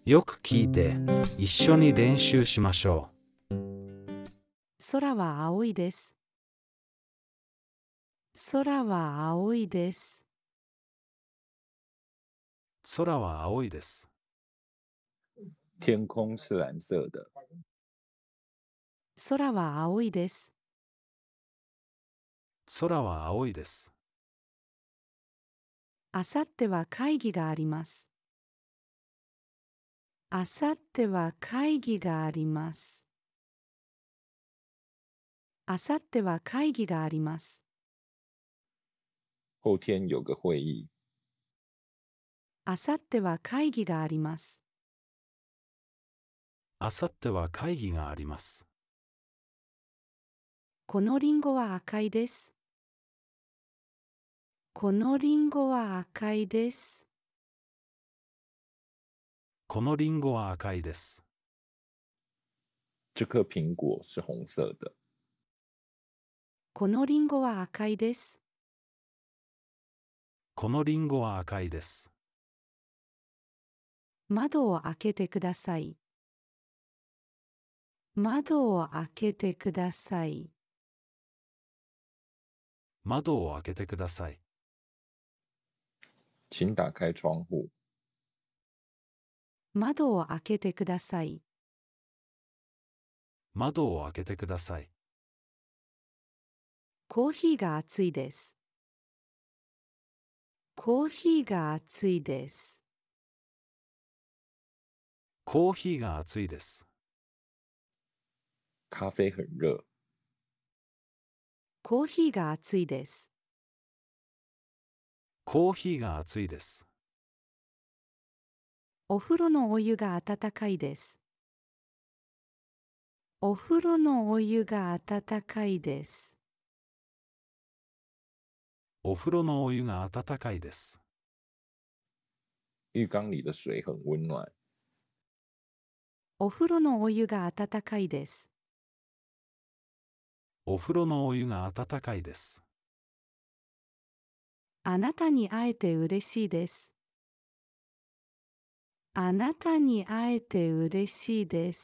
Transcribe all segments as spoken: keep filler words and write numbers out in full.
よく聞いて、一緒に練習しましょう。 空は青いです。空は青いです。 空は青いです。 天空是蓝色的。 空は青いです。 空は青いです。 あさっては会議があります。あさっては会議があります。あさっては会議があります。 后天有个会议。 あさっては会議があります。 あさっては会議があります。 このリンゴは赤いです。このリンゴは赤いです。 このリンゴは赤いです。 这颗苹果是红色的。 このリンゴは赤いです。 このリンゴは赤いです。 窓を開けてください。窓を開けてください。 窓を開けてください。 请打开窗户。 窓を開けてください。 窓を開けてください。 コーヒーが熱いです。コーヒーが熱いです。 コーヒーが熱いです。 咖啡很热。 コーヒーが熱いです。 コーヒーが熱いです。 お風呂のお湯が温かいです。お風呂のお湯が温かいです。 お風呂のお湯が温かいです。 浴缸里的水很温暖。 お風呂のお湯が温かいです。 お風呂のお湯が温かいです。 あなたに会えて嬉しいです。あなたに会えて嬉しいです。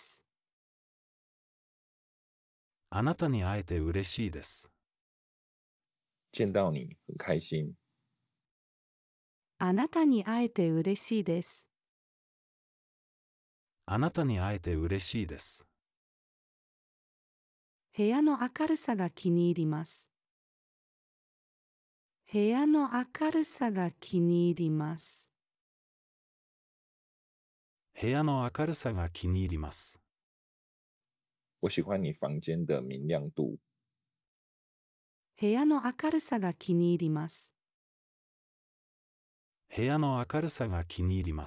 あなたに会えて嬉しいです。 见到你很开心。 あなたに会えて嬉しいです。 あなたに会えて嬉しいです。 部屋の明るさが気に入ります。部屋の明るさが気に入ります。 部屋の明るさが気に入ります。 我喜欢你房间的明亮度。 部屋の明るさが気に入ります。 部屋の明るさが気に入ります。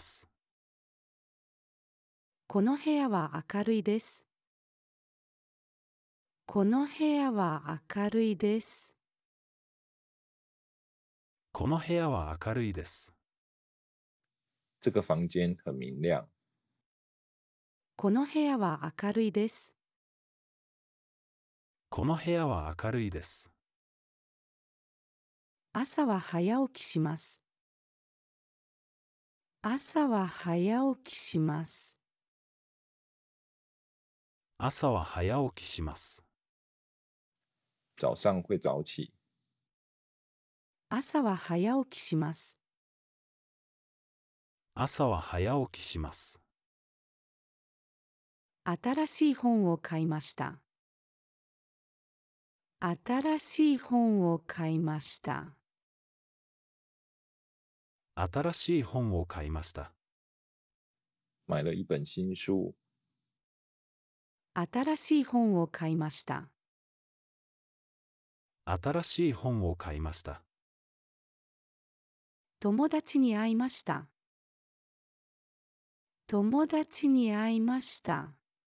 この部屋は明るいです。この部屋は明るいです。 この部屋は明るいです。 这个房间很明亮。 この部屋は明るいです。 この部屋は明るいです。 朝は早起きします。朝は早起きします。 朝は早起きします。 早上会早起。 朝は早起きします。 朝は早起きします。 新しい本を買いました。新しい本を買いました。 新しい本を買いました。 买了一本新书。 新しい本を買いました。 新しい本を買いました。 友達に会いました。友達に会いました。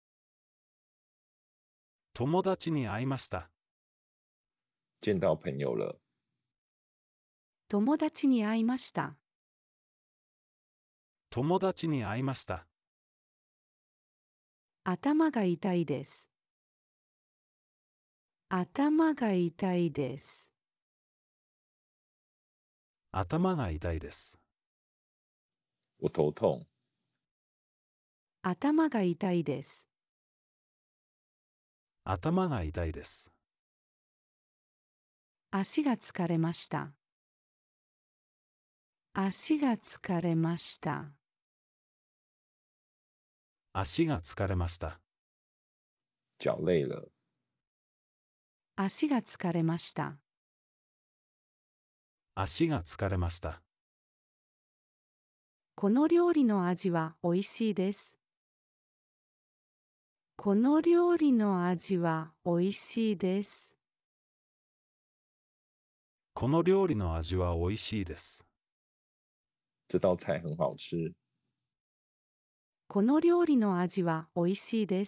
友達に会いました。 见到朋友了。 友達に会いました。 友達に会いました。 頭が痛いです。頭が痛いです。 頭が痛いです。 我头痛。 頭が痛いです。 頭が痛いです。 足が疲れました。足が疲れました。 足が疲れました。 脚累了。 足が疲れました。 足が疲れました。 この料理の味はおいしいです。この料理の味はおいしいです。 この料理の味はおいしいです。 这道菜很好吃。 この料理の味はおいしいです。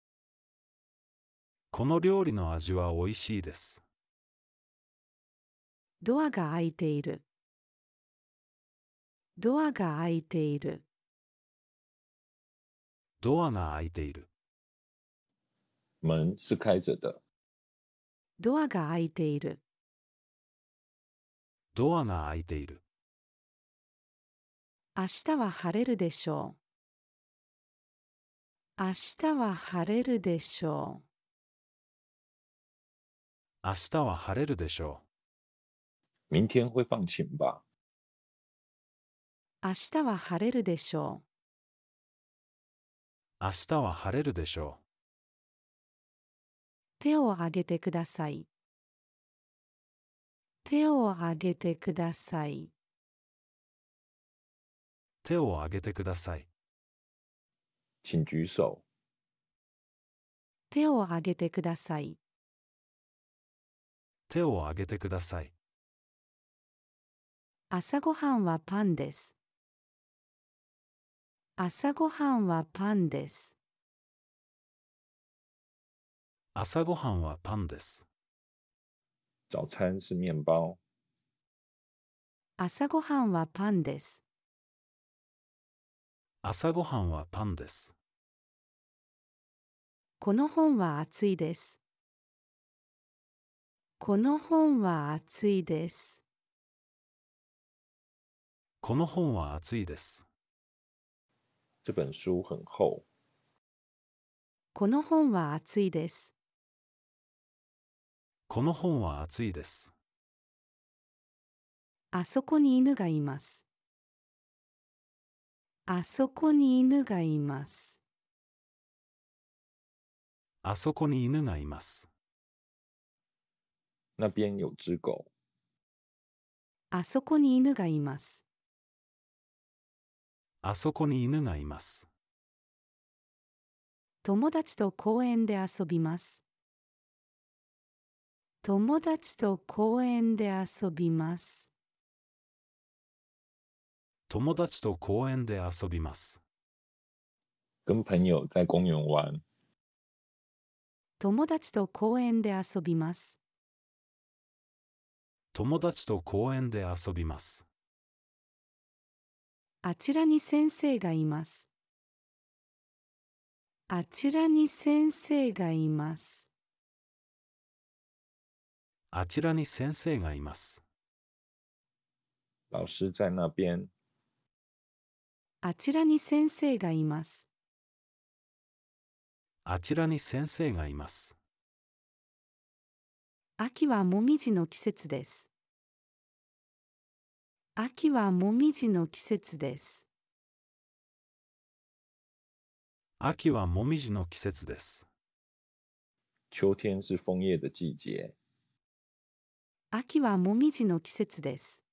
この料理の味はおいしいです。 ドアが開いている。ドアが開いている。 ドアが開いている。 門是开着的。 ドアが開いている。 ドアが開いている。 明日は晴れるでしょう。明日は晴れるでしょう。 明日は晴れるでしょ明天会放晴吧。 明日は晴れるでしょう。明日は晴れるでしょう。 手を挙げてください。手を挙げてください。 手を挙げてください。 请举手。 手を挙げてください。 手を挙げてください。 朝ごはんはパンです。朝ごはんはパンです。 朝ごはんはパンです。 早餐是面包。 朝ごはんはパンです。 朝ごはんはパンです。 この本は熱いです。この本は熱いです。 この本は熱いです。 这本书很厚。 この本は熱いです。 この本は熱いです。 あそこに犬がいます。あそこに犬がいます。 あそこに犬がいます。 那边有只狗。 あそこに犬がいます。 あそこに犬がいます。 友達と公園で遊びます。友達と公園で遊びます。 友達と公園で遊びます。 跟朋友在公園玩。 友達と公園で遊びます。 友達と公園で遊びます。 あちらに先生がいます。あちらに先生がいます。 あちらに先生がいます。 老師在那邊。 あちらに先生がいます。 あちらに先生がいます。 秋はもみじの季節です。秋はもみじの季節です。 秋はもみじの季節です。 秋天是楓葉的季節。 秋はもみじの季節です。